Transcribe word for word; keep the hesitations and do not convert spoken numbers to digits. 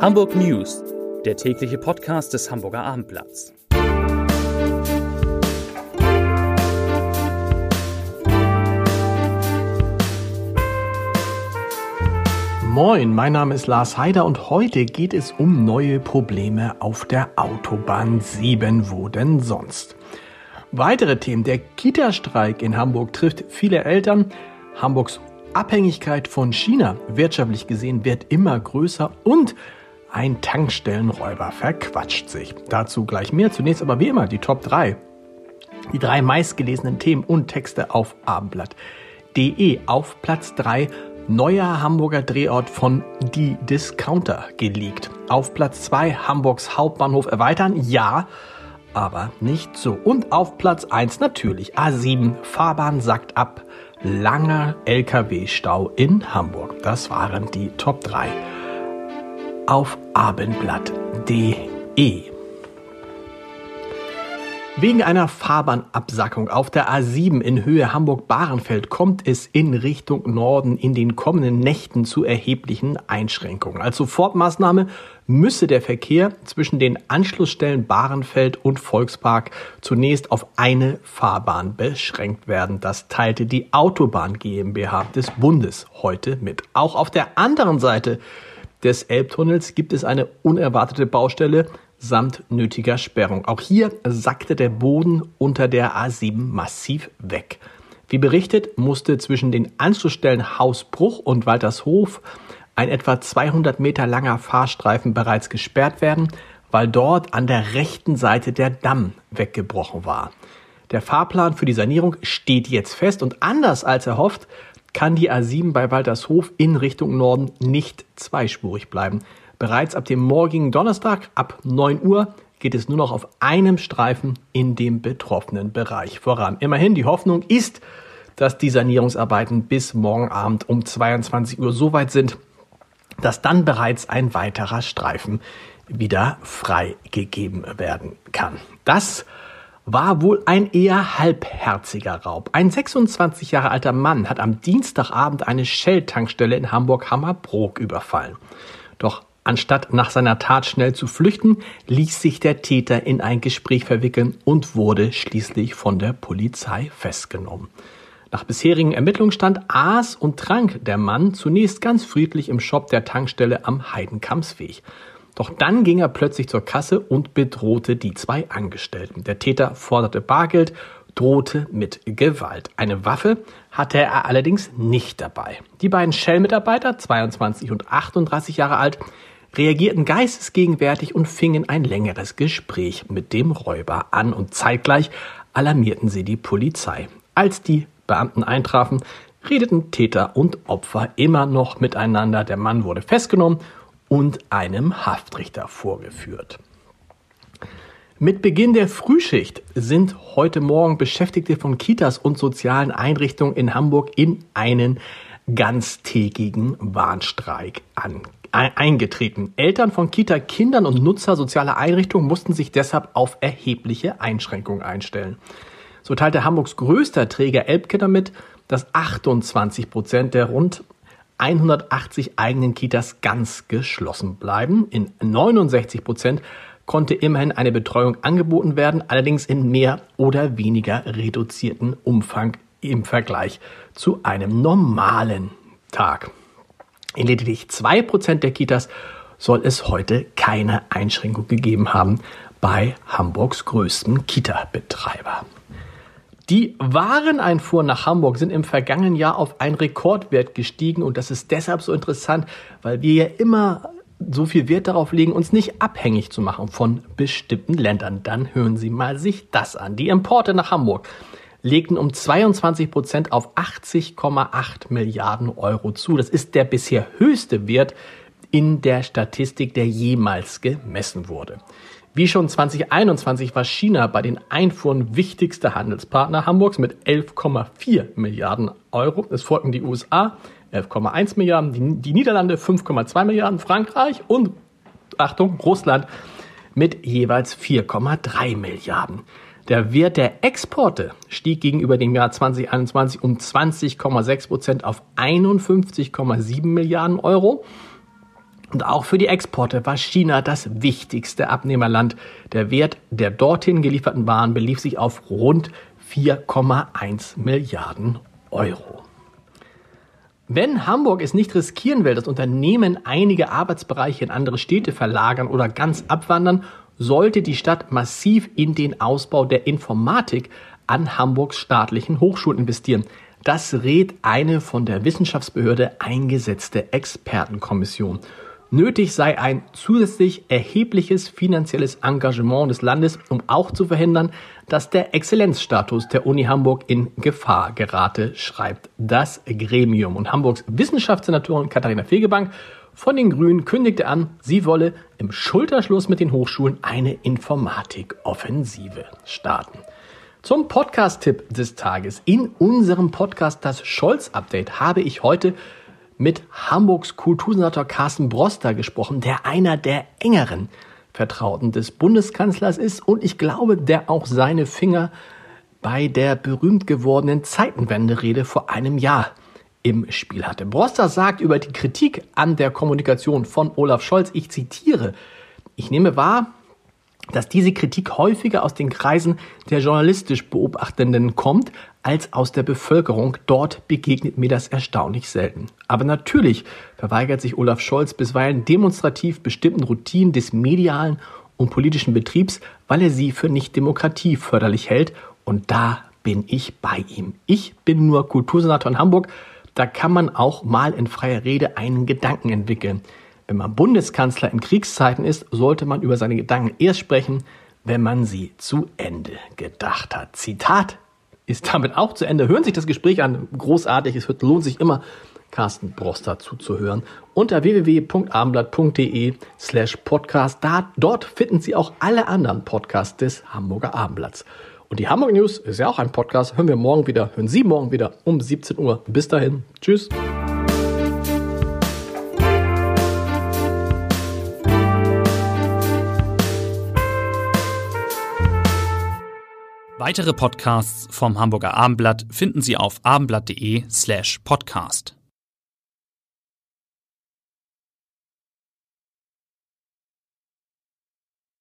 Hamburg News, der tägliche Podcast des Hamburger Abendblatts. Moin, mein Name ist Lars Heider und heute geht es um neue Probleme auf der Autobahn sieben, wo denn sonst? Weitere Themen: Der Kita-Streik in Hamburg trifft viele Eltern. Hamburgs Abhängigkeit von China wirtschaftlich gesehen wird immer größer und ein Tankstellenräuber verquatscht sich. Dazu gleich mehr. Zunächst aber wie immer die Top drei. Die drei meistgelesenen Themen und Texte auf abendblatt punkt de. Auf Platz drei: Neuer Hamburger Drehort von Die Discounter geleakt. Auf Platz zwei: Hamburgs Hauptbahnhof erweitern. Ja, aber nicht so. Und auf Platz eins natürlich A sieben, Fahrbahn sackt ab. Langer L K W-Stau in Hamburg. Das waren die Top drei. Auf abendblatt punkt de. Wegen einer Fahrbahnabsackung auf der A sieben in Höhe Hamburg-Bahrenfeld kommt es in Richtung Norden in den kommenden Nächten zu erheblichen Einschränkungen. Als Sofortmaßnahme müsse der Verkehr zwischen den Anschlussstellen Bahrenfeld und Volkspark zunächst auf eine Fahrbahn beschränkt werden. Das teilte die Autobahn GmbH des Bundes heute mit. Auch auf der anderen Seite des Elbtunnels gibt es eine unerwartete Baustelle samt nötiger Sperrung. Auch hier sackte der Boden unter der A sieben massiv weg. Wie berichtet, musste zwischen den Anschlussstellen Hausbruch und Waltershof ein etwa zweihundert Meter langer Fahrstreifen bereits gesperrt werden, weil dort an der rechten Seite der Damm weggebrochen war. Der Fahrplan für die Sanierung steht jetzt fest und anders als erhofft, kann die A sieben bei Waltershof in Richtung Norden nicht zweispurig bleiben. Bereits ab dem morgigen Donnerstag ab neun Uhr geht es nur noch auf einem Streifen in dem betroffenen Bereich voran. Immerhin, die Hoffnung ist, dass die Sanierungsarbeiten bis morgen Abend um zweiundzwanzig Uhr so weit sind, dass dann bereits ein weiterer Streifen wieder freigegeben werden kann. Das war wohl ein eher halbherziger Raub. Ein sechsundzwanzig Jahre alter Mann hat am Dienstagabend eine Shell-Tankstelle in Hamburg-Hammerbrook überfallen. Doch anstatt nach seiner Tat schnell zu flüchten, ließ sich der Täter in ein Gespräch verwickeln und wurde schließlich von der Polizei festgenommen. Nach bisherigen Ermittlungsstand aß und trank der Mann zunächst ganz friedlich im Shop der Tankstelle am Heidenkampsweg. Doch dann ging er plötzlich zur Kasse und bedrohte die zwei Angestellten. Der Täter forderte Bargeld, drohte mit Gewalt. Eine Waffe hatte er allerdings nicht dabei. Die beiden Shell-Mitarbeiter, zweiundzwanzig und achtunddreißig Jahre alt, reagierten geistesgegenwärtig und fingen ein längeres Gespräch mit dem Räuber an und zeitgleich alarmierten sie die Polizei. Als die Beamten eintrafen, redeten Täter und Opfer immer noch miteinander. Der Mann wurde festgenommen und einem Haftrichter vorgeführt. Mit Beginn der Frühschicht sind heute Morgen Beschäftigte von Kitas und sozialen Einrichtungen in Hamburg in einen ganztägigen Warnstreik an, eingetreten. Eltern von Kita-Kindern und Nutzer sozialer Einrichtungen mussten sich deshalb auf erhebliche Einschränkungen einstellen. So teilte Hamburgs größter Träger Elbkinder mit, dass achtundzwanzig Prozent der rund hundertachtzig eigenen Kitas ganz geschlossen bleiben. In neunundsechzig Prozent konnte immerhin eine Betreuung angeboten werden, allerdings in mehr oder weniger reduzierten Umfang im Vergleich zu einem normalen Tag. In lediglich zwei Prozent der Kitas soll es heute keine Einschränkung gegeben haben bei Hamburgs größtem Kita-Betreiber. Die Wareneinfuhren nach Hamburg sind im vergangenen Jahr auf einen Rekordwert gestiegen und das ist deshalb so interessant, weil wir ja immer so viel Wert darauf legen, uns nicht abhängig zu machen von bestimmten Ländern. Dann hören Sie mal sich das an. Die Importe nach Hamburg legten um zweiundzwanzig Prozent auf achtzig Komma acht Milliarden Euro zu. Das ist der bisher höchste Wert in der Statistik, der jemals gemessen wurde. Wie schon zwanzig einundzwanzig war China bei den Einfuhren wichtigster Handelspartner Hamburgs mit elf Komma vier Milliarden Euro. Es folgten die U S A, elf Komma eins Milliarden, die, die Niederlande fünf Komma zwei Milliarden, Frankreich und, Achtung, Russland mit jeweils vier Komma drei Milliarden. Der Wert der Exporte stieg gegenüber dem Jahr zwanzig einundzwanzig um zwanzig Komma sechs Prozent auf einundfünfzig Komma sieben Milliarden Euro. Und auch für die Exporte war China das wichtigste Abnehmerland. Der Wert der dorthin gelieferten Waren belief sich auf rund vier Komma eins Milliarden Euro. Wenn Hamburg es nicht riskieren will, dass Unternehmen einige Arbeitsbereiche in andere Städte verlagern oder ganz abwandern, sollte die Stadt massiv in den Ausbau der Informatik an Hamburgs staatlichen Hochschulen investieren. Das rät eine von der Wissenschaftsbehörde eingesetzte Expertenkommission. Nötig sei ein zusätzlich erhebliches finanzielles Engagement des Landes, um auch zu verhindern, dass der Exzellenzstatus der Uni Hamburg in Gefahr gerate, schreibt das Gremium. Und Hamburgs Wissenschaftssenatorin Katharina Fegebank von den Grünen kündigte an, sie wolle im Schulterschluss mit den Hochschulen eine Informatikoffensive starten. Zum Podcast-Tipp des Tages. In unserem Podcast Das Scholz-Update habe ich heute mit Hamburgs Kultursenator Carsten Broster gesprochen, der einer der engeren Vertrauten des Bundeskanzlers ist und ich glaube, der auch seine Finger bei der berühmt gewordenen Zeitenwende-Rede vor einem Jahr im Spiel hatte. Broster sagt über die Kritik an der Kommunikation von Olaf Scholz, ich zitiere, ich nehme wahr, dass diese Kritik häufiger aus den Kreisen der journalistisch Beobachtenden kommt, als aus der Bevölkerung. Dort begegnet mir das erstaunlich selten. Aber natürlich verweigert sich Olaf Scholz bisweilen demonstrativ bestimmten Routinen des medialen und politischen Betriebs, weil er sie für nicht demokratieförderlich hält. Und da bin ich bei ihm. Ich bin nur Kultursenator in Hamburg. Da kann man auch mal in freier Rede einen Gedanken entwickeln. Wenn man Bundeskanzler in Kriegszeiten ist, sollte man über seine Gedanken erst sprechen, wenn man sie zu Ende gedacht hat. Zitat ist damit auch zu Ende. Hören Sie sich das Gespräch an. Großartig. Es lohnt sich immer, Carsten Broster zuzuhören. Unter w w w punkt abendblatt punkt d e slash podcast. Da, dort finden Sie auch alle anderen Podcasts des Hamburger Abendblatts. Und die Hamburg News ist ja auch ein Podcast. Hören wir morgen wieder. Hören Sie morgen wieder um siebzehn Uhr. Bis dahin. Tschüss. Weitere Podcasts vom Hamburger Abendblatt finden Sie auf abendblatt punkt de slash podcast.